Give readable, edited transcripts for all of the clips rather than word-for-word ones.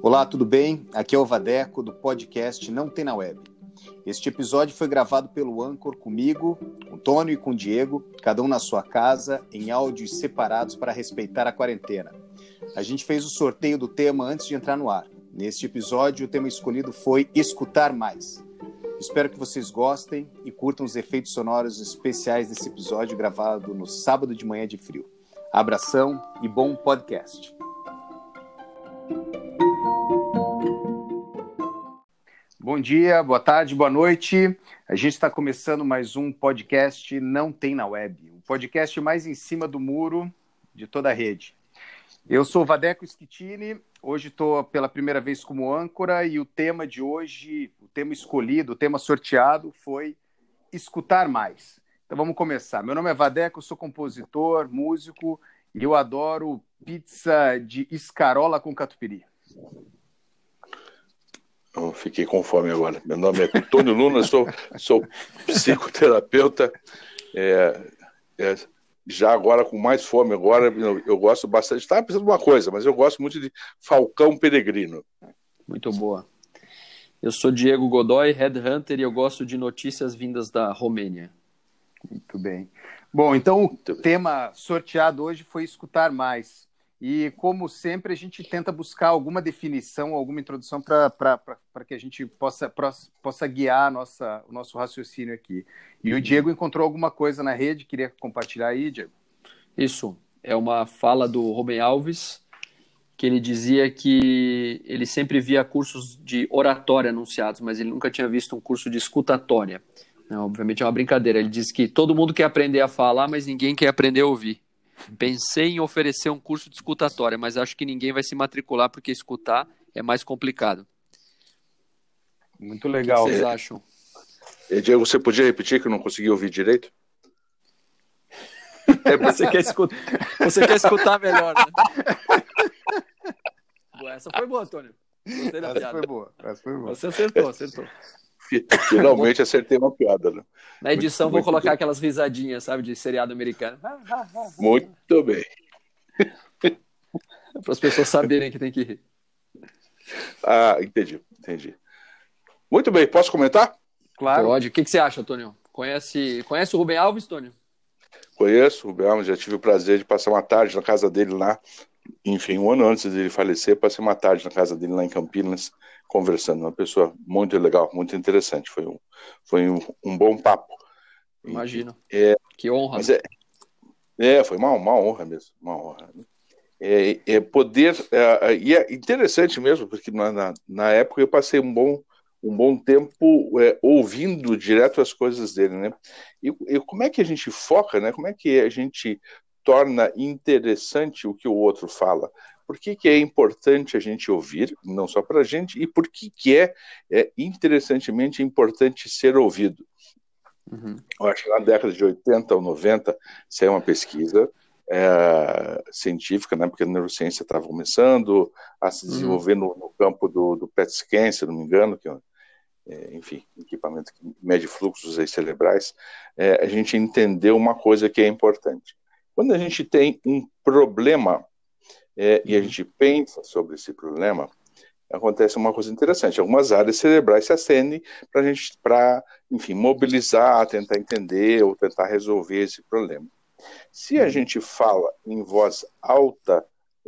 Olá, tudo bem? Aqui é o Vadeco, do podcast Não Tem Na Web. Este episódio foi gravado pelo Anchor comigo, com o Tônio e com o Diego, cada um na sua casa, em áudios separados para respeitar a quarentena. A gente fez o sorteio do tema antes de entrar no ar. Neste episódio, o tema escolhido foi Escutar Mais. Espero que vocês gostem e curtam os efeitos sonoros especiais desse episódio gravado no sábado de manhã de frio. Abração e bom podcast. Bom dia, boa tarde, boa noite. A gente está começando mais um podcast Não Tem Na Web, o podcast mais em cima do muro de toda a rede. Eu sou o Vadeco Schettini, hoje estou pela primeira vez como âncora e o tema de hoje, o tema escolhido, o tema sorteado foi Escutar Mais. Então vamos começar. Meu nome é Vadeco, eu sou compositor, músico e eu adoro pizza de escarola com catupiry. Eu fiquei com fome agora. Meu nome é Tônio Luna, sou psicoterapeuta. Já agora com mais fome agora, eu gosto bastante. Estava pensando uma coisa, mas eu gosto muito de Falcão Peregrino. Muito boa. Eu sou Diego Godoy, Headhunter, e eu gosto de notícias vindas da Romênia. Muito bem. Bom, então o tema sorteado hoje foi Escutar Mais. E, como sempre, a gente tenta buscar alguma definição, alguma introdução para que a gente possa guiar o nosso raciocínio aqui. E o Diego encontrou alguma coisa na rede, queria compartilhar aí, Diego? Isso, é uma fala do Rubem Alves, que ele dizia que ele sempre via cursos de oratória anunciados, mas ele nunca tinha visto um curso de escutatória. Não, obviamente é uma brincadeira. Ele diz que todo mundo quer aprender a falar, mas ninguém quer aprender a ouvir. Pensei em oferecer um curso de escutatória, mas acho que ninguém vai se matricular porque escutar é mais complicado. Muito legal. O que vocês acham? Diego, você podia repetir que eu não consegui ouvir direito? Você quer escutar melhor, né? Boa, essa foi boa, Antônio. Gostei da piada. Essa foi boa. Você acertou. Finalmente acertei uma piada, né? Na edição vou colocar aquelas risadinhas, sabe, de seriado americano. Muito bem. Para as pessoas saberem que tem que rir. Ah, entendi. Muito bem, posso comentar? Claro. Pode. O que você acha, Tônio? Conhece o Rubem Alves, Tônio? Conheço o Rubem Alves, já tive o prazer de passar uma tarde na casa dele lá. Enfim, um ano antes dele falecer, passei uma tarde na casa dele lá em Campinas, conversando. Uma pessoa muito legal, muito interessante. Foi um bom papo. Imagino. Que honra. Mas foi uma honra mesmo. Uma honra. Poder. E é interessante mesmo, porque na época eu passei um bom tempo ouvindo direto as coisas dele, né? E como é que a gente foca, né? Como é que a gente torna interessante o que o outro fala? Por que é importante a gente ouvir, não só para a gente, e por que é interessantemente importante ser ouvido? Uhum. Eu acho que na década de 80 ou 90 saiu uma pesquisa científica, né, porque a neurociência estava começando a se desenvolver no campo do PET scan, se não me engano, que enfim, equipamento que mede fluxos cerebrais. A gente entendeu uma coisa que é importante. Quando a gente tem um problema e a gente pensa sobre esse problema, acontece uma coisa interessante. Algumas áreas cerebrais se acendem para, enfim, mobilizar, tentar entender ou tentar resolver esse problema. Se a gente fala em voz alta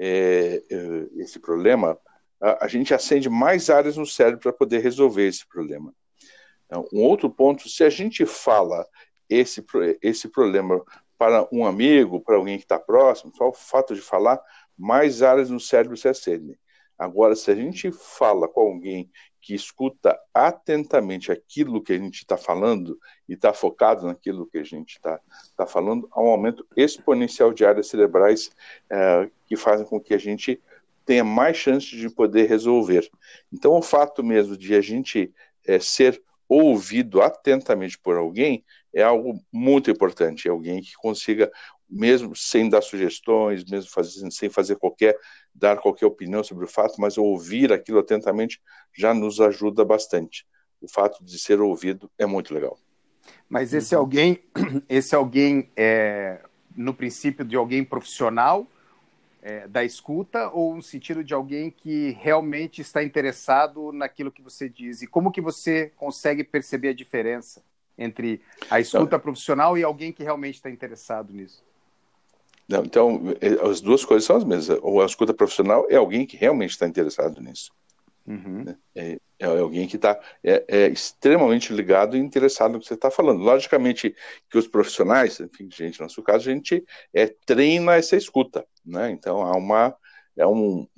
esse problema, a gente acende mais áreas no cérebro para poder resolver esse problema. Um outro ponto, se a gente fala esse problema para um amigo, para alguém que está próximo, só o fato de falar, mais áreas no cérebro se acendem. Agora, se a gente fala com alguém que escuta atentamente aquilo que a gente está falando e está focado naquilo que a gente está falando, há um aumento exponencial de áreas cerebrais que fazem com que a gente tenha mais chances de poder resolver. Então, o fato mesmo de a gente ser ouvido atentamente por alguém é algo muito importante. É alguém que consiga, mesmo sem dar sugestões, mesmo sem dar qualquer opinião sobre o fato, mas ouvir aquilo atentamente já nos ajuda bastante. O fato de ser ouvido é muito legal. Mas esse alguém no princípio de alguém profissional, da escuta ou um sentido de alguém que realmente está interessado naquilo que você diz? E como que você consegue perceber a diferença entre a escuta profissional e alguém que realmente está interessado nisso? Não, então, as duas coisas são as mesmas. Ou a escuta profissional é alguém que realmente está interessado nisso. Né? É alguém que está extremamente ligado e interessado no que você está falando. Logicamente que os profissionais, enfim, gente, no nosso caso, a gente treina essa escuta. Né? Então, há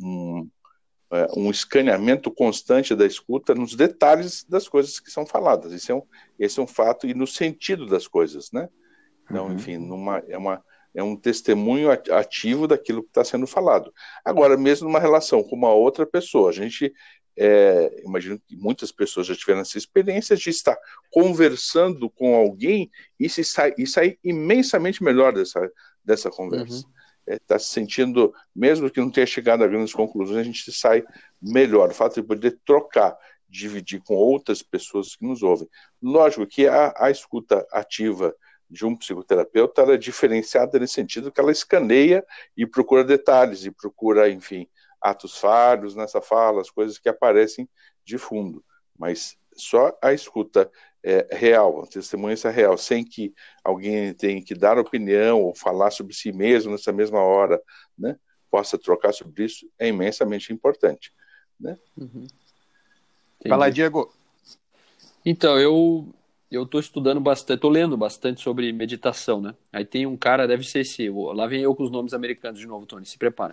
um escaneamento constante da escuta nos detalhes das coisas que são faladas. Esse é um fato, e no sentido das coisas. Né? Então, enfim, é um testemunho ativo daquilo que está sendo falado. Agora, mesmo numa relação com uma outra pessoa, a gente, imagino que muitas pessoas já tiveram essa experiência de estar conversando com alguém e sair imensamente melhor dessa conversa. Está se sentindo, mesmo que não tenha chegado a grandes conclusões, a gente sai melhor. O fato de poder trocar, dividir com outras pessoas que nos ouvem. Lógico que a escuta ativa de um psicoterapeuta, ela é diferenciada nesse sentido que ela escaneia e procura detalhes, e procura, enfim, atos falhos nessa fala, as coisas que aparecem de fundo. Mas só a escuta real, a testemunhança real, sem que alguém tenha que dar opinião ou falar sobre si mesmo nessa mesma hora, né, possa trocar sobre isso, é imensamente importante. Né? Vai lá, Diego. Então, eu estou estudando bastante, estou lendo bastante sobre meditação, né? Aí tem um cara, deve ser esse, lá vem eu com os nomes americanos de novo, Tony, se prepara.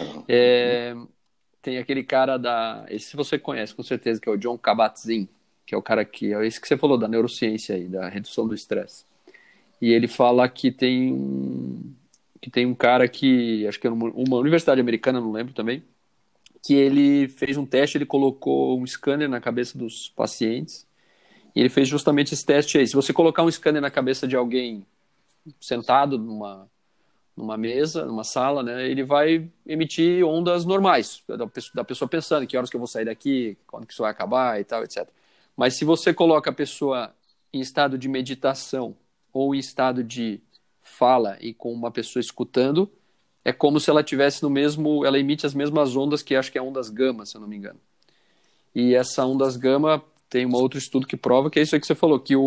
Tem aquele cara esse você conhece com certeza, que é o Jon Kabat-Zinn, que é o cara que, é esse que você falou, da neurociência aí, da redução do estresse. E ele fala que tem um cara que, acho que é uma universidade americana, não lembro também, que ele fez um teste, ele colocou um scanner na cabeça dos pacientes. E ele fez justamente esse teste aí. Se você colocar um scanner na cabeça de alguém sentado numa mesa, numa sala, né, ele vai emitir ondas normais, da pessoa pensando que horas que eu vou sair daqui, quando que isso vai acabar e tal, etc. Mas se você coloca a pessoa em estado de meditação ou em estado de fala e com uma pessoa escutando, é como se ela tivesse ela emite as mesmas ondas, que acho que é ondas gama, se eu não me engano. E essa ondas gama tem um outro estudo que prova que é isso aí que você falou, que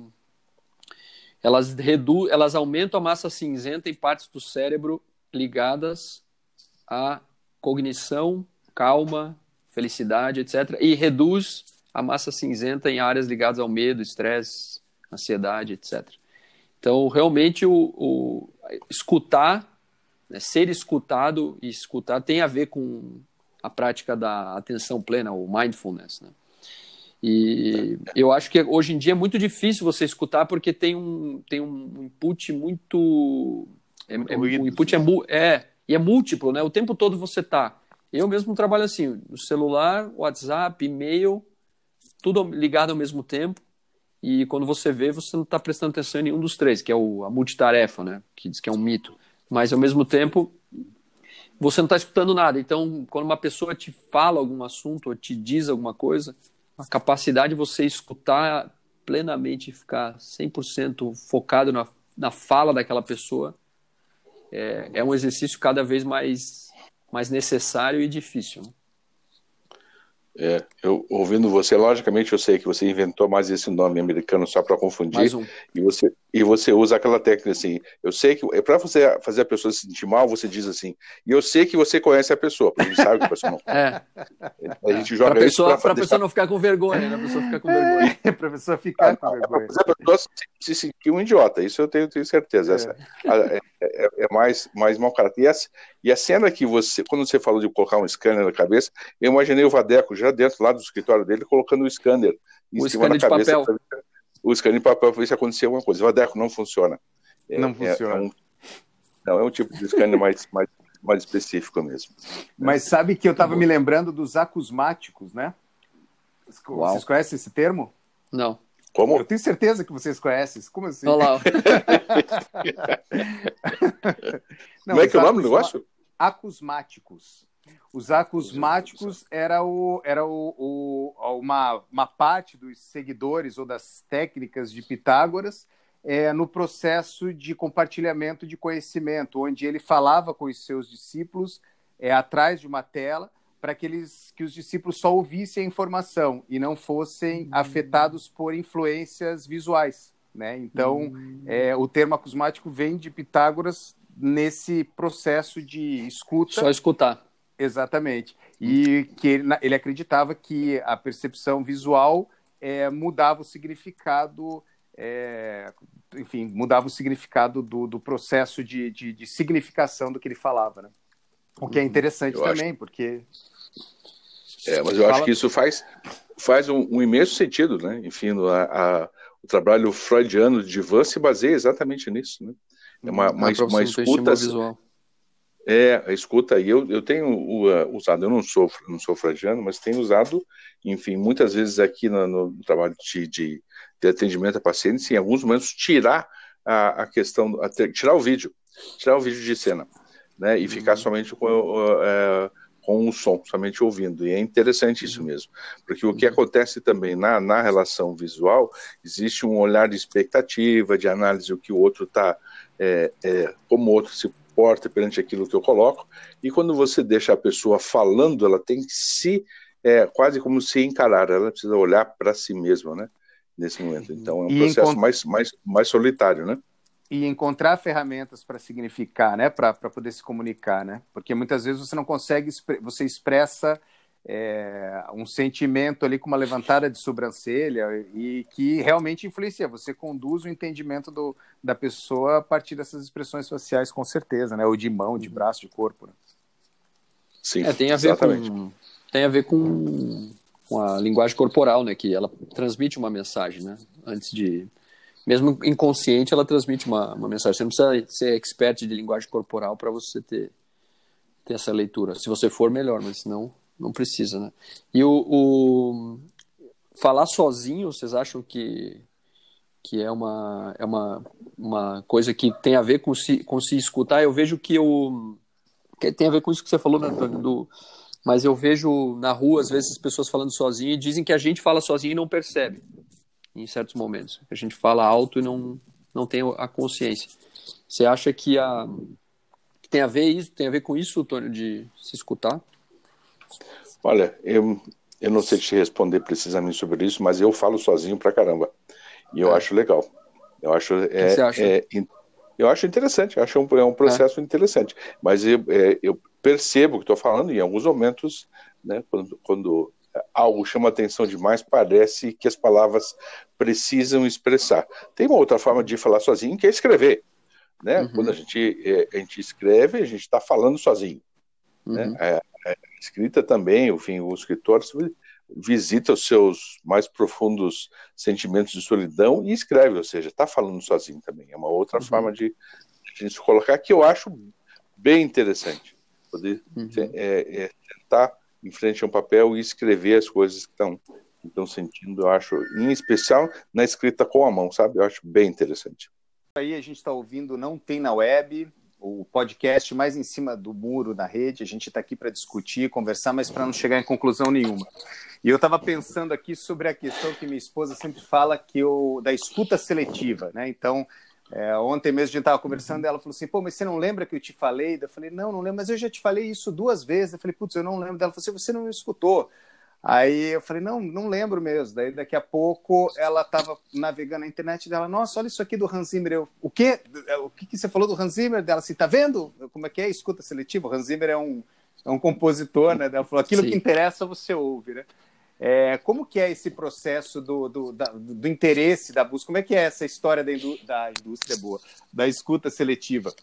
elas aumentam a massa cinzenta em partes do cérebro ligadas à cognição, calma, felicidade, etc. E reduz a massa cinzenta em áreas ligadas ao medo, estresse, ansiedade, etc. Então, realmente, escutar, né, ser escutado e escutar tem a ver com a prática da atenção plena, o mindfulness, né? E eu acho que hoje em dia é muito difícil você escutar porque tem um input muito... o input é múltiplo, né? O tempo todo você tá... Eu mesmo trabalho assim, no celular, WhatsApp, e-mail, tudo ligado ao mesmo tempo, e quando você vê, você não está prestando atenção em nenhum dos três, que é a multitarefa, né? Que diz que é um mito. Mas, ao mesmo tempo, você não está escutando nada. Então, quando uma pessoa te fala algum assunto ou te diz alguma coisa, a capacidade de você escutar plenamente e ficar 100% focado na fala daquela pessoa é um exercício cada vez mais necessário e difícil. Eu ouvindo você, logicamente eu sei que você inventou mais esse nome americano só para confundir. Mais um. E você usa aquela técnica assim. Eu sei que para você fazer a pessoa se sentir mal, você diz assim. E eu sei que você conhece a pessoa, porque a gente sabe que a pessoa não. A gente joga pra isso para a pessoa não ficar com vergonha, né? A pessoa ficar com vergonha. Para a pessoa ficar com vergonha. A pessoa se sentir um idiota. Isso eu tenho certeza. É mais mau caráter. E a cena que quando você falou de colocar um scanner na cabeça, eu imaginei o Vadeco já dentro lá do escritório dele, colocando o scanner em cima da cabeça. Papel. O scanner de papel para ver se acontecia alguma coisa. O Vadeco não funciona. Não funciona. É um tipo de scanner mais específico mesmo. Mas sabe que eu estava me lembrando dos acusmáticos, né? Vocês conhecem esse termo? Não. Como? Eu tenho certeza que vocês conhecem. Como assim? Olha lá. Como é que é o nome do negócio? Acusmáticos. Os acusmáticos era uma parte dos seguidores ou das técnicas de Pitágoras no processo de compartilhamento de conhecimento, onde ele falava com os seus discípulos atrás de uma tela, para que os discípulos só ouvissem a informação e não fossem afetados por influências visuais, né? Então, o termo acusmático vem de Pitágoras nesse processo de escuta. Só escutar. Exatamente. E que ele acreditava que a percepção visual mudava o significado, enfim, mudava o significado do processo de significação do que ele falava, né? O que é interessante também, porque... mas eu acho que isso faz um imenso sentido, né? Enfim, o trabalho freudiano de Van se baseia exatamente nisso, né? É uma escuta visual. A escuta, e eu tenho usado, eu não sou freudiano, mas tenho usado, enfim, muitas vezes aqui no trabalho de atendimento a pacientes, em alguns momentos, tirar a questão, tirar o vídeo de cena, né? E ficar somente com o som, somente ouvindo. E é interessante isso mesmo, porque o que acontece também na relação visual, existe um olhar de expectativa, de análise do que o outro está, como o outro se porta perante aquilo que eu coloco, e quando você deixa a pessoa falando, ela tem que quase como se encarar, ela precisa olhar para si mesma, né, nesse momento. Então é um processo mais solitário, né? E encontrar ferramentas para significar, né, para poder se comunicar, né? Porque muitas vezes você não consegue, você expressa um sentimento ali com uma levantada de sobrancelha e que realmente influencia, você conduz o entendimento da pessoa a partir dessas expressões faciais, com certeza, né? Ou de mão, de braço, de corpo, né? Sim, tem a ver com a linguagem corporal, né? Que ela transmite uma mensagem, né? Mesmo inconsciente, ela transmite uma mensagem. Você não precisa ser expert de linguagem corporal para você ter essa leitura. Se você for, melhor, mas senão não precisa, né? E falar sozinho, vocês acham que é uma coisa que tem a ver com se escutar? Eu vejo que tem a ver com isso que você falou, né, Antônio? Mas eu vejo na rua, às vezes, as pessoas falando sozinho e dizem que a gente fala sozinho e não percebe, em certos momentos. A gente fala alto e não tem a consciência. Você acha que tem a ver com isso, Antônio, de se escutar? Olha, eu não sei te responder precisamente sobre isso, mas eu falo sozinho pra caramba. E eu acho legal. Eu acho, o que você acha? Eu acho interessante, eu acho um processo interessante. Mas eu percebo o que estou falando em alguns momentos, né, quando algo chama atenção demais, parece que as palavras precisam expressar. Tem uma outra forma de falar sozinho, que é escrever, né? Quando a gente escreve, a gente está falando sozinho, né? A escrita também, enfim, o escritor visita os seus mais profundos sentimentos de solidão e escreve, ou seja, está falando sozinho também. É uma outra forma de a gente colocar, que eu acho bem interessante, poder tentar em frente a um papel e escrever as coisas que estão sentindo, eu acho, em especial na escrita com a mão, sabe? Eu acho bem interessante. Aí a gente está ouvindo Não Tem na Web, o podcast mais em cima do muro na rede. A gente está aqui para discutir, conversar, mas para não chegar em conclusão nenhuma. E eu estava pensando aqui sobre a questão que minha esposa sempre fala, da escuta seletiva, né? Então, ontem mesmo a gente estava conversando e ela falou assim, pô, mas você não lembra que eu te falei? Eu falei, não lembro, mas eu já te falei isso 2 vezes. Eu falei, putz, eu não lembro. Ela falou assim, você não me escutou. Aí eu falei, não lembro mesmo. Daí daqui a pouco ela estava navegando na internet dela, nossa, olha isso aqui do Hans Zimmer. O quê? O que você falou do Hans Zimmer? Dela assim, tá vendo como é que é escuta seletiva? O Hans Zimmer é um compositor, né? Ela falou, aquilo que interessa você ouve, né? Como que é esse processo do interesse, da busca? Como é que é essa história da indústria boa, da escuta seletiva?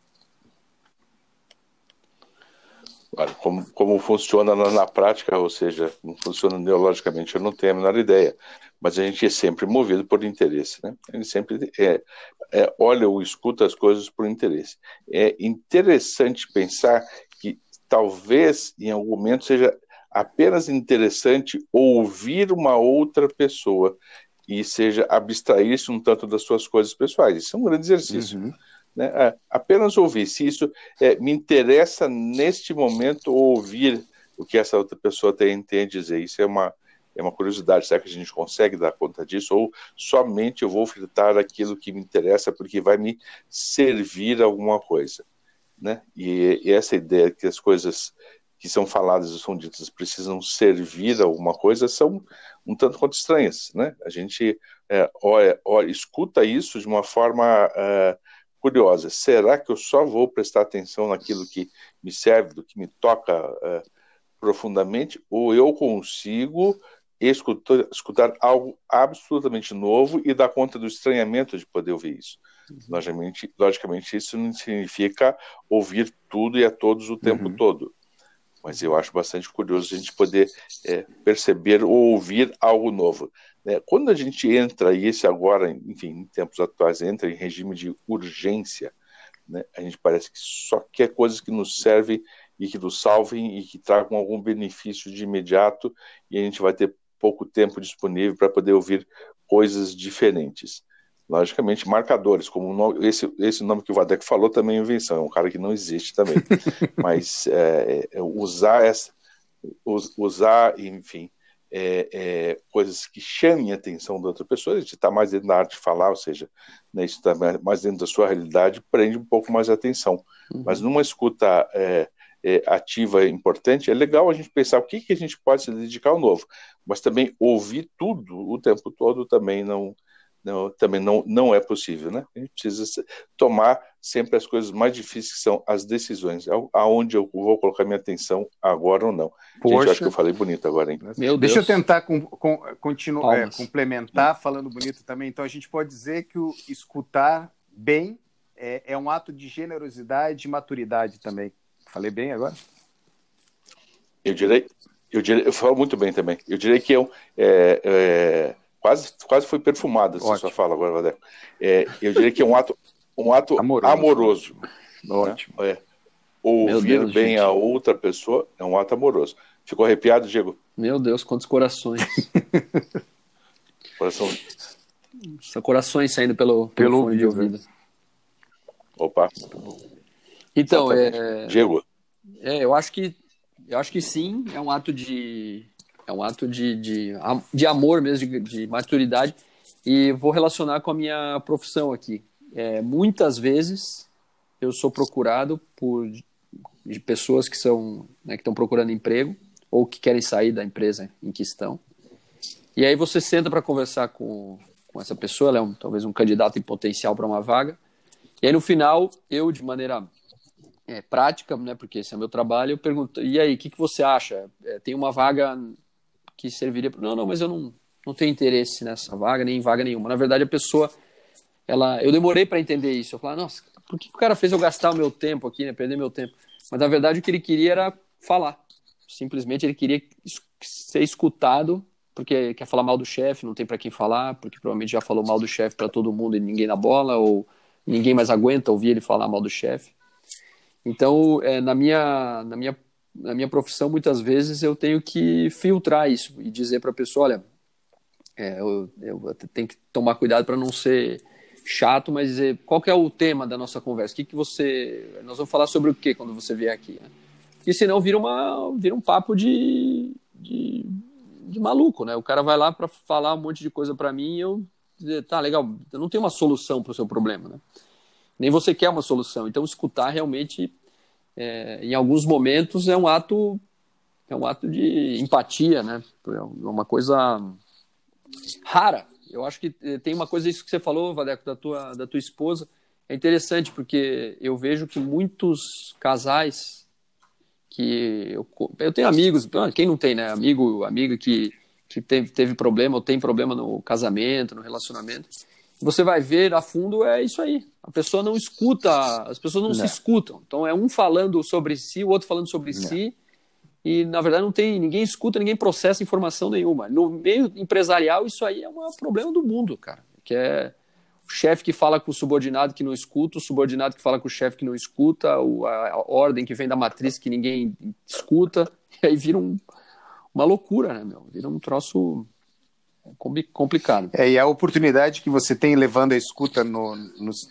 Como funciona na prática, ou seja, como funciona neurologicamente, eu não tenho a menor ideia, mas a gente é sempre movido por interesse, né? A gente sempre olha ou escuta as coisas por interesse. É interessante pensar que talvez em algum momento seja apenas interessante ouvir uma outra pessoa e seja abstrair-se um tanto das suas coisas pessoais. Isso é um grande exercício. Né? Apenas ouvir, se isso me interessa neste momento ouvir o que essa outra pessoa tem a dizer, isso é é uma curiosidade, será que a gente consegue dar conta disso? Ou somente eu vou filtrar aquilo que me interessa porque vai me servir alguma coisa, né? E essa ideia que as coisas que são faladas e são ditas precisam servir a alguma coisa são um tanto quanto estranhas, né? A gente escuta isso de uma forma curiosa. Será que eu só vou prestar atenção naquilo que me serve, do que me toca profundamente, ou eu consigo escutar algo absolutamente novo e dar conta do estranhamento de poder ouvir isso? Logicamente, isso não significa ouvir tudo e a todos o tempo todo. Mas eu acho bastante curioso a gente poder perceber ou ouvir algo novo. Quando a gente entra, e esse agora, enfim, em tempos atuais, entra em regime de urgência, né, a gente parece que só quer coisas que nos servem e que nos salvem e que tragam algum benefício de imediato, e a gente vai ter pouco tempo disponível para poder ouvir coisas diferentes. Logicamente, marcadores, como esse nome que o Vadek falou também é invenção, é um cara que não existe também. Mas usar, enfim, coisas que chamem a atenção da outra pessoa, a gente está mais dentro da arte de falar, ou seja, né, isso está mais dentro da sua realidade, prende um pouco mais a atenção. Mas numa escuta ativa importante, é legal a gente pensar o que a gente pode se dedicar ao novo, mas também ouvir tudo o tempo todo também não é possível, né? A gente precisa tomar sempre as coisas mais difíceis, que são as decisões, aonde eu vou colocar minha atenção agora ou não. Poxa. Gente, eu acho que eu falei bonito agora, hein? Deixa eu tentar complementar falando bonito também. Então, a gente pode dizer que o escutar bem é um ato de generosidade e maturidade também. Falei bem agora? Eu falo muito bem também. Eu diria que quase foi perfumada essa sua fala agora, Vadeco. Eu diria que é um ato amoroso. Ótimo. Né? Ouvir bem a outra pessoa é um ato amoroso. Ficou arrepiado, Diego? Meu Deus, quantos corações. São corações saindo pelo fone de ouvido. Opa. Então, Diego. Eu acho que sim, é um ato de amor mesmo, de maturidade, e vou relacionar com a minha profissão aqui. Muitas vezes eu sou procurado de pessoas que são, né, que estão procurando emprego ou que querem sair da empresa em que estão. E aí você senta para conversar com essa pessoa, ela é talvez um candidato em potencial para uma vaga, e aí no final eu, de maneira prática, né, porque esse é o meu trabalho, eu pergunto, e aí, o que você acha? Tem uma vaga que serviria para... Não, mas eu não tenho interesse nessa vaga, nem em vaga nenhuma. Na verdade, a pessoa, eu demorei para entender isso. Eu falei, nossa, por que o cara fez eu gastar o meu tempo aqui, né, perder meu tempo? Mas, na verdade, o que ele queria era falar. Simplesmente ele queria ser escutado, porque quer falar mal do chefe, não tem para quem falar, porque provavelmente já falou mal do chefe para todo mundo e ninguém na bola, ou ninguém mais aguenta ouvir ele falar mal do chefe. Então, na minha profissão, muitas vezes eu tenho que filtrar isso e dizer para a pessoa, olha, eu tenho que tomar cuidado para não ser chato, mas dizer qual que é o tema da nossa conversa, nós vamos falar sobre o que quando você vier aqui, né? Porque senão vira um papo de maluco, né? O cara vai lá para falar um monte de coisa para mim e eu dizer, tá, legal, eu não tenho uma solução para o seu problema, né? Nem você quer uma solução. Então, escutar realmente, em alguns momentos, é um ato de empatia, né? É uma coisa rara. Eu acho que tem uma coisa, isso que você falou, Vadeco, da tua esposa, é interessante, porque eu vejo que muitos casais que... Eu tenho amigos, quem não tem, né? Amiga que teve problema ou tem problema no casamento, no relacionamento. Você vai ver a fundo, é isso aí. A pessoa não escuta, as pessoas não se escutam. Então é um falando sobre si, o outro falando sobre si, e na verdade ninguém escuta, ninguém processa informação nenhuma. No meio empresarial, isso aí é um problema do mundo, cara. Que é o chefe que fala com o subordinado que não escuta, o subordinado que fala com o chefe que não escuta, a ordem que vem da matriz que ninguém escuta, e aí vira uma loucura, né, meu? Vira um troço... complicado. E a oportunidade que você tem levando a escuta no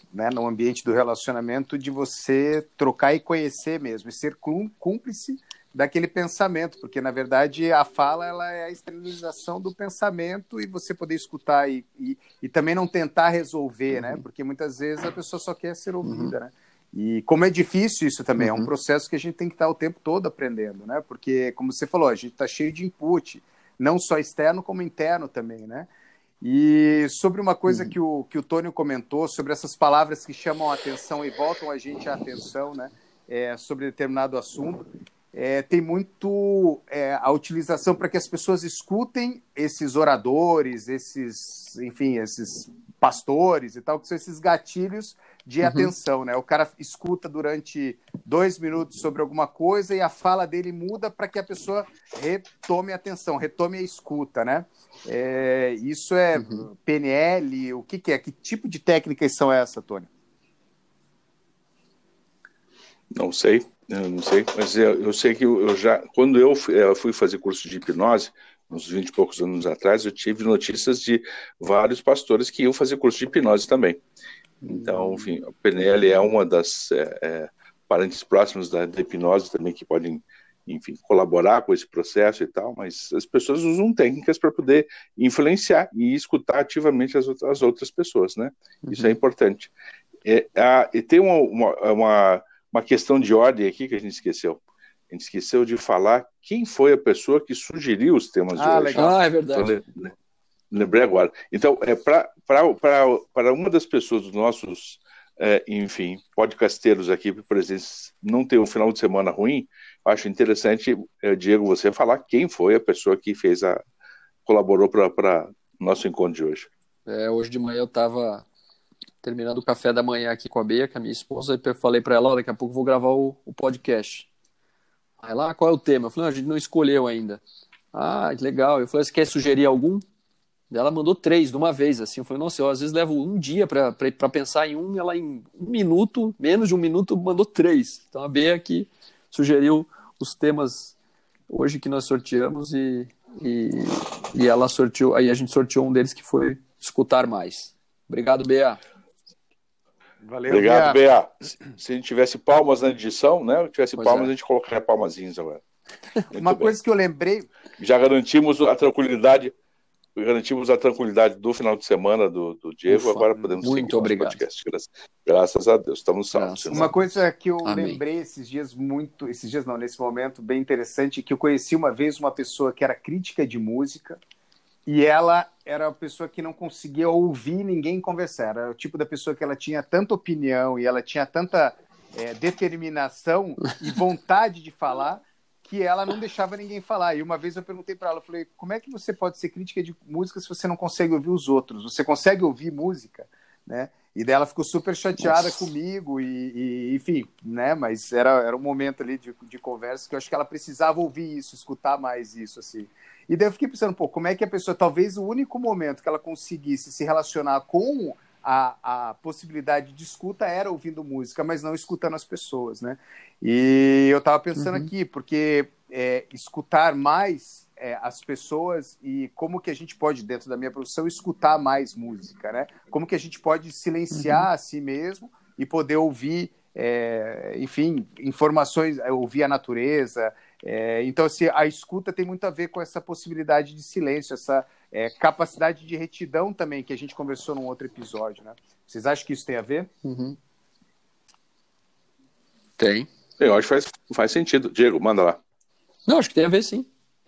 ambiente do relacionamento de você trocar e conhecer mesmo, e ser cúmplice daquele pensamento, porque, na verdade, a fala ela é a exteriorização do pensamento e você poder escutar e também não tentar resolver, né? Porque muitas vezes a pessoa só quer ser ouvida, né? E como é difícil isso também, é um processo que a gente tem que estar o tempo todo aprendendo, né? Porque, como você falou, a gente está cheio de input, não só externo como interno também, né? E sobre uma coisa que o Tônio comentou, sobre essas palavras que chamam a atenção e voltam a gente à atenção, né? Sobre determinado assunto, tem muito a utilização para que as pessoas escutem esses oradores, esses pastores e tal, que são esses gatilhos de atenção, né? O cara escuta durante 2 minutos sobre alguma coisa e a fala dele muda para que a pessoa retome a atenção, retome a escuta, né? Isso é PNL, o que é? Que tipo de técnicas são essas, Tônio? Não sei, mas eu sei que quando eu fui fazer curso de hipnose, uns 20 e poucos anos atrás, eu tive notícias de vários pastores que iam fazer curso de hipnose também. Então, enfim, a PNL é uma das parentes próximos da hipnose também que podem, enfim, colaborar com esse processo e tal, mas as pessoas usam técnicas para poder influenciar e escutar ativamente as outras pessoas, né? Isso é importante. E tem uma questão de ordem aqui que a gente esqueceu. A gente esqueceu de falar quem foi a pessoa que sugeriu os temas de hoje. Legal. É verdade. Então, lembrei agora. Então, para uma das pessoas dos nossos, enfim, podcasteiros aqui presentes não ter um final de semana ruim, acho interessante, Diego, você falar quem foi a pessoa que colaborou para o nosso encontro de hoje. Hoje de manhã eu estava terminando o café da manhã aqui com a Bea, que é a minha esposa, e eu falei para ela, daqui a pouco eu vou gravar o podcast. Aí lá, qual é o tema? Eu falei, a gente não escolheu ainda. Que legal. Eu falei, você quer sugerir algum? Ela mandou 3 de uma vez, assim. Eu falei, nossa, eu às vezes levo um dia para pensar em um, e ela em 1 minuto, menos de 1 minuto, mandou 3. Então a Bea aqui sugeriu os temas hoje que nós sorteamos e ela sorteou, aí a gente sorteou um deles que foi escutar mais. Obrigado, Bea. Valeu, obrigado, Bea. Se a gente tivesse palmas na edição, né? A gente colocaria palmazinhas agora. Uma coisa que eu lembrei... Já garantimos a tranquilidade do final de semana do Diego. Agora podemos seguir muito obrigado. Podcast. Graças a Deus, estamos salvos. Uma coisa que eu Amém. lembrei nesse momento bem interessante, que eu conheci uma vez uma pessoa que era crítica de música e ela era uma pessoa que não conseguia ouvir ninguém conversar. Era o tipo da pessoa que ela tinha tanta opinião e ela tinha tanta determinação e vontade de falar que ela não deixava ninguém falar. E uma vez eu perguntei para ela, eu falei, como é que você pode ser crítica de música se você não consegue ouvir os outros? Você consegue ouvir música? Né? E daí ela ficou super chateada comigo e enfim, né? Mas era um momento ali de conversa que eu acho que ela precisava ouvir isso, escutar mais isso, assim. E daí eu fiquei pensando, como é que a pessoa, talvez o único momento que ela conseguisse se relacionar com a possibilidade de escuta era ouvindo música, mas não escutando as pessoas, né? E eu estava pensando aqui, porque escutar mais as pessoas e como que a gente pode, dentro da minha profissão, escutar mais música, né? Como que a gente pode silenciar a si mesmo e poder ouvir, enfim, informações, ouvir a natureza. Então, assim, a escuta tem muito a ver com essa possibilidade de silêncio, essa capacidade de retidão também, que a gente conversou num outro episódio, né? Vocês acham que isso tem a ver? Tem. Eu acho que faz sentido. Diego, manda lá. Não, acho que tem a ver, sim.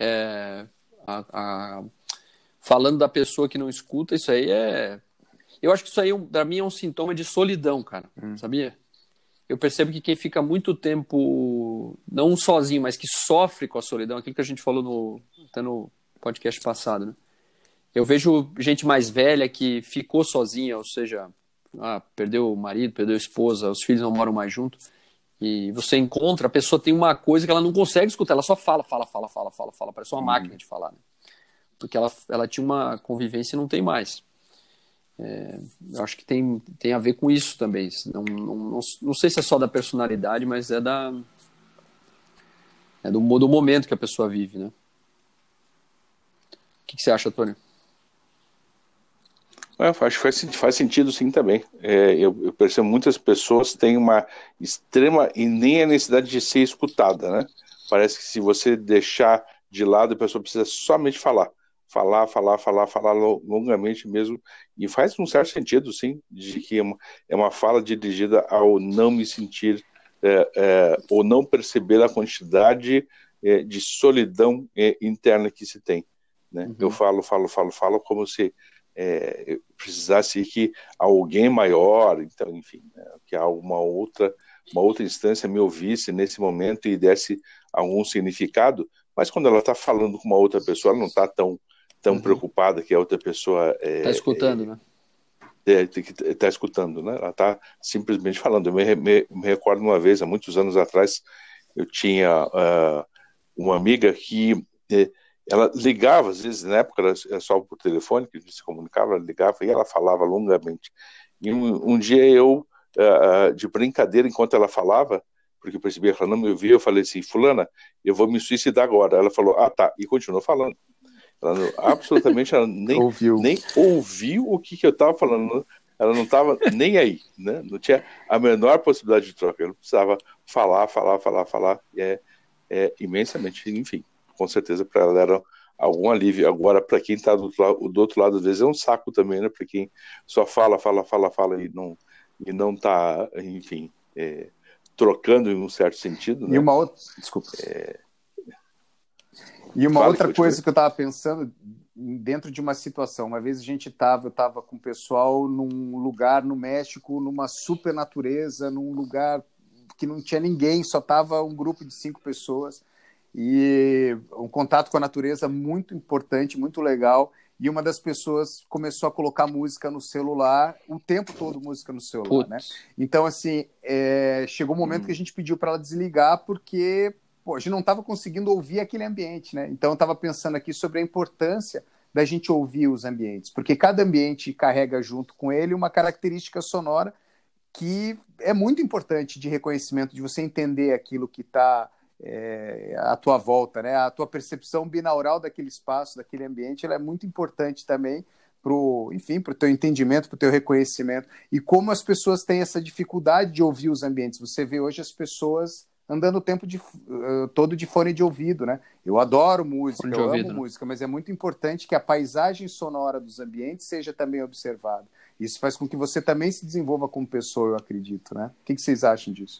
Falando da pessoa que não escuta, isso aí eu acho que isso aí, para mim, é um sintoma de solidão, cara. Sabia? Eu percebo que quem fica muito tempo, não sozinho, mas que sofre com a solidão, aquilo que a gente falou até no podcast passado, né? Eu vejo gente mais velha que ficou sozinha, ou seja, perdeu o marido, perdeu a esposa, os filhos não moram mais junto, e você encontra, a pessoa tem uma coisa que ela não consegue escutar, ela só fala, parece uma máquina de falar, né? Porque ela tinha uma convivência e não tem mais. Eu acho que tem a ver com isso também. Não sei se é só da personalidade, mas do momento que a pessoa vive, né? O que você acha, Tônio? Acho que faz sentido sim também. Eu percebo muitas pessoas têm uma extrema e nem a necessidade de ser escutada, né? Parece que se você deixar de lado, a pessoa precisa somente falar longamente mesmo, e faz um certo sentido, sim, de que é uma fala dirigida ao não me sentir, ou não perceber a quantidade de solidão interna que se tem, né? Eu falo como se eu precisasse que alguém maior, então, enfim, né, que uma outra instância me ouvisse nesse momento e desse algum significado, mas quando ela está falando com uma outra pessoa, ela não está tão preocupada que a outra pessoa está escutando, né? Está escutando, né? Ela está simplesmente falando. Eu me recordo uma vez, há muitos anos atrás, eu tinha uma amiga que ela ligava, às vezes, na época era só por telefone que a gente se comunicava, ela ligava e ela falava longamente. E um dia eu, de brincadeira, enquanto ela falava, porque eu percebi que ela não me ouvia, eu falei assim: fulana, eu vou me suicidar agora. Ela falou: ah, tá, e continuou falando. Absolutamente ela nem ouviu o que eu estava falando, ela não estava nem aí, né? Não tinha a menor possibilidade de troca, ela precisava falar, imensamente, enfim, com certeza para ela era algum alívio. Agora, para quem está do outro lado, às vezes é um saco também, né? Para quem só fala e não está, enfim, trocando em um certo sentido, né? E uma outra... Desculpa. E uma outra coisa que eu estava pensando, dentro de uma situação, uma vez eu estava com o pessoal num lugar no México, numa super natureza, num lugar que não tinha ninguém, só estava um grupo de 5 pessoas, e um contato com a natureza muito importante, muito legal, e uma das pessoas começou a colocar música no celular, o tempo todo música no celular, né? Então, assim, chegou um momento que a gente pediu para ela desligar, porque... a gente não estava conseguindo ouvir aquele ambiente, né? Então, eu estava pensando aqui sobre a importância da gente ouvir os ambientes, porque cada ambiente carrega junto com ele uma característica sonora que é muito importante de reconhecimento, de você entender aquilo que está à tua volta, né? A tua percepção binaural daquele espaço, daquele ambiente, ela é muito importante também para o teu entendimento, para o teu reconhecimento. E como as pessoas têm essa dificuldade de ouvir os ambientes. Você vê hoje as pessoas andando o tempo todo de fone de ouvido, né? Eu adoro música, eu amo música, mas é muito importante que a paisagem sonora dos ambientes seja também observada. Isso faz com que você também se desenvolva como pessoa, eu acredito, né? O que vocês acham disso?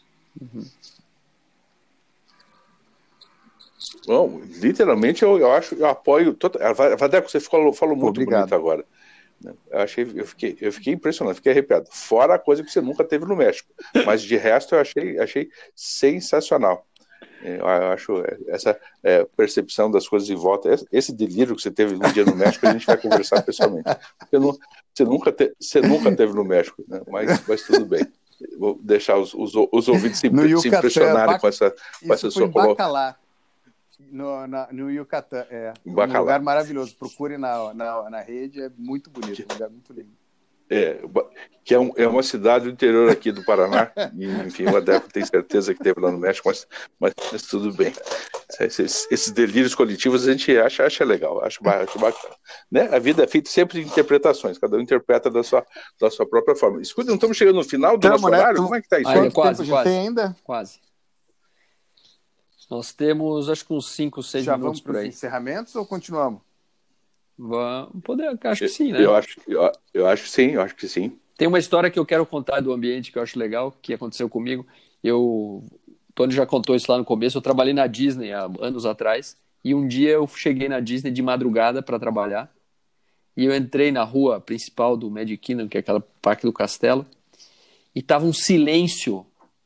Bom, literalmente eu apoio. Vadeco, você falou muito bonito agora. Eu fiquei impressionado, fiquei arrepiado. Fora a coisa que você nunca teve no México, mas de resto eu achei sensacional. Eu acho essa percepção das coisas em volta, esse delírio que você teve um dia no México, a gente vai conversar pessoalmente. Você nunca teve no México, né? Mas tudo bem. Vou deixar os ouvintes se impressionarem com essa sua colocação. No Yucatán, um lugar maravilhoso. Procure na rede, é muito bonito, um lugar muito lindo. Que é uma cidade do interior aqui do Paraná, e, enfim, o Adeco tem certeza que teve lá no México, mas tudo bem. Esses delírios coletivos a gente acha legal, acho bacana. Né? A vida é feita sempre de interpretações, cada um interpreta da sua própria forma. Escuta, não estamos chegando no final do nosso horário? Como é que está isso? Quanto tempo tem ainda? Quase. Nós temos, acho que uns 5, 6 Já minutos por aí. Já vamos para os encerramentos ou continuamos? Vamos poder, acho que sim, né? Eu acho que sim. Tem uma história que eu quero contar do ambiente que eu acho legal, que aconteceu comigo. O Tony já contou isso lá no começo. Eu trabalhei na Disney há anos atrás, e um dia eu cheguei na Disney de madrugada para trabalhar, e eu entrei na rua principal do Magic Kingdom, que é aquela Parque do Castelo, e tava um silêncio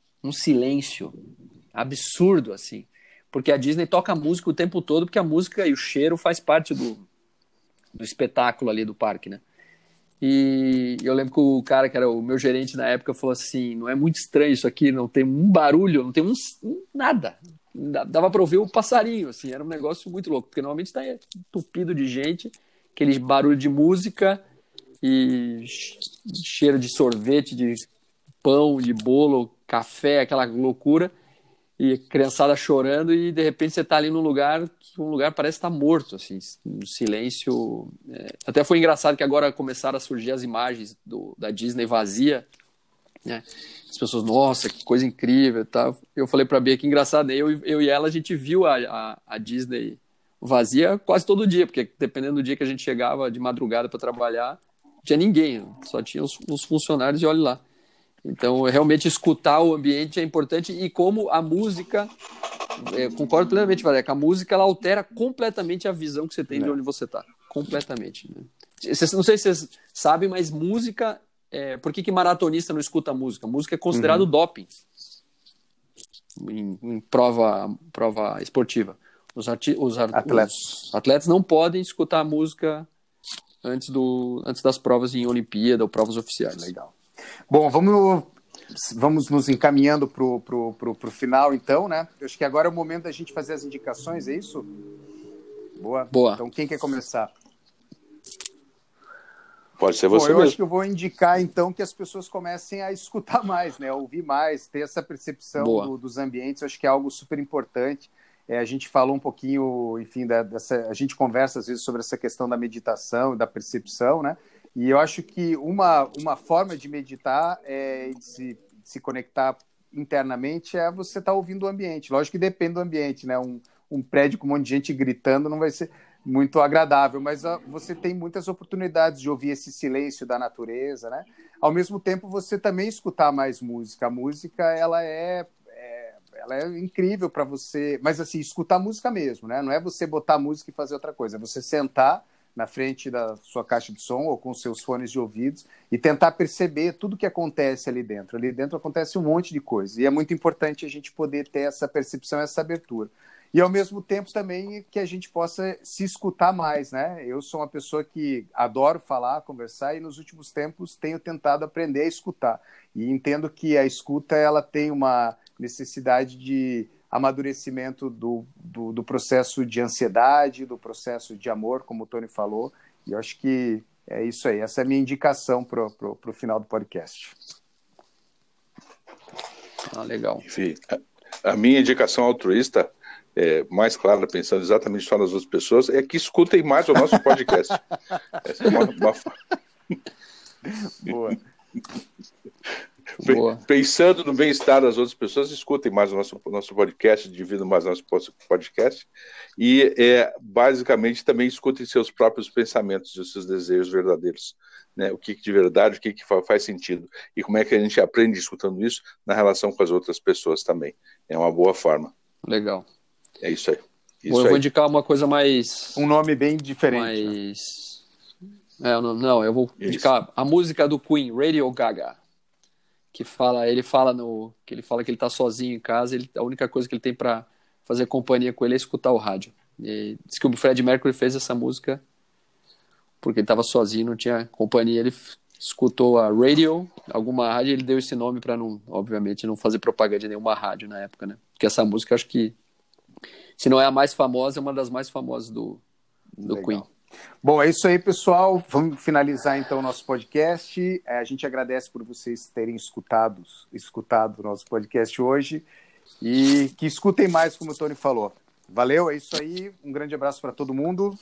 absurdo, assim, porque a Disney toca música o tempo todo, porque a música e o cheiro faz parte do espetáculo ali do parque, né? E eu lembro que o cara que era o meu gerente na época falou assim: não é muito estranho isso aqui, não tem um barulho, não tem nada, dava para ouvir o passarinho, assim, era um negócio muito louco, porque normalmente está entupido de gente, aquele barulho de música e cheiro de sorvete, de pão, de bolo, café, aquela loucura, e criançada chorando, e de repente você está ali num lugar que parece estar morto, assim, um silêncio. Até foi engraçado que agora começaram a surgir as imagens da Disney vazia, né? As pessoas, nossa, que coisa incrível, tá? Eu falei pra Bia que engraçado, né? Eu e ela, a gente viu a Disney vazia quase todo dia, porque dependendo do dia que a gente chegava de madrugada para trabalhar, não tinha ninguém, só tinha os funcionários e olha lá. Então, realmente escutar o ambiente é importante e como a música, concordo plenamente, Valéria, que a música ela altera completamente a visão que você tem de onde você está, completamente. Né? Não sei se vocês sabem, mas música, por que maratonista não escuta música? Música é considerado doping em prova esportiva. Os atletas não podem escutar música antes das provas em Olimpíada ou provas oficiais. Legal. Bom, vamos nos encaminhando para o final, então, né? Eu acho que agora é o momento da gente fazer as indicações, é isso? Boa. Então, quem quer começar? Pode ser você mesmo. Eu acho que eu vou indicar, então, que as pessoas comecem a escutar mais, né? A ouvir mais, ter essa percepção dos ambientes. Eu acho que é algo super importante. A gente falou um pouquinho, enfim, a gente conversa às vezes sobre essa questão da meditação e da percepção, né? E eu acho que uma forma de meditar de se conectar internamente é você estar ouvindo o ambiente. Lógico que depende do ambiente, né? Um prédio com um monte de gente gritando não vai ser muito agradável, mas você tem muitas oportunidades de ouvir esse silêncio da natureza, né? Ao mesmo tempo, você também escutar mais música. A música, ela é incrível para você, mas assim, escutar música mesmo, né? Não é você botar música e fazer outra coisa, é você sentar na frente da sua caixa de som ou com seus fones de ouvidos e tentar perceber tudo que acontece ali dentro. Ali dentro acontece um monte de coisa e é muito importante a gente poder ter essa percepção, essa abertura. E, ao mesmo tempo, também que a gente possa se escutar mais, né? Eu sou uma pessoa que adoro falar, conversar e, nos últimos tempos, tenho tentado aprender a escutar. E entendo que a escuta ela tem uma necessidade de amadurecimento do processo de ansiedade, do processo de amor, como o Tony falou. E eu acho que é isso aí. Essa é a minha indicação para o final do podcast. Legal. Enfim, a minha indicação altruísta, mais clara, pensando exatamente só nas outras pessoas, é que escutem mais o nosso podcast. Essa é uma... Boa. Pensando no bem-estar das outras pessoas, escutem mais o nosso podcast, dividam mais o nosso podcast e, basicamente, também escutem seus próprios pensamentos e os seus desejos verdadeiros, né? O que de verdade, o que faz sentido e como é que a gente aprende escutando isso na relação com as outras pessoas também. É uma boa forma. Legal. É isso aí. Eu vou indicar uma coisa mais... Um nome bem diferente. Eu vou indicar a música do Queen, Radio Gaga. Que ele fala que ele tá sozinho em casa, a única coisa que ele tem para fazer companhia com ele é escutar o rádio. E diz que o Freddie Mercury fez essa música porque ele estava sozinho, não tinha companhia, ele escutou a radio, alguma rádio, ele deu esse nome para obviamente não fazer propaganda de nenhuma rádio na época, né? Porque essa música, acho que se não é a mais famosa, é uma das mais famosas do Queen. Bom, é isso aí, pessoal. Vamos finalizar então o nosso podcast. A gente agradece por vocês terem escutado o nosso podcast hoje e que escutem mais, como o Tony falou. Valeu, é isso aí. Um grande abraço para todo mundo.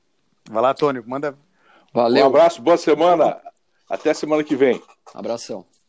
Vai lá, Tony, manda. Valeu. Um abraço, boa semana. Até semana que vem. Abração.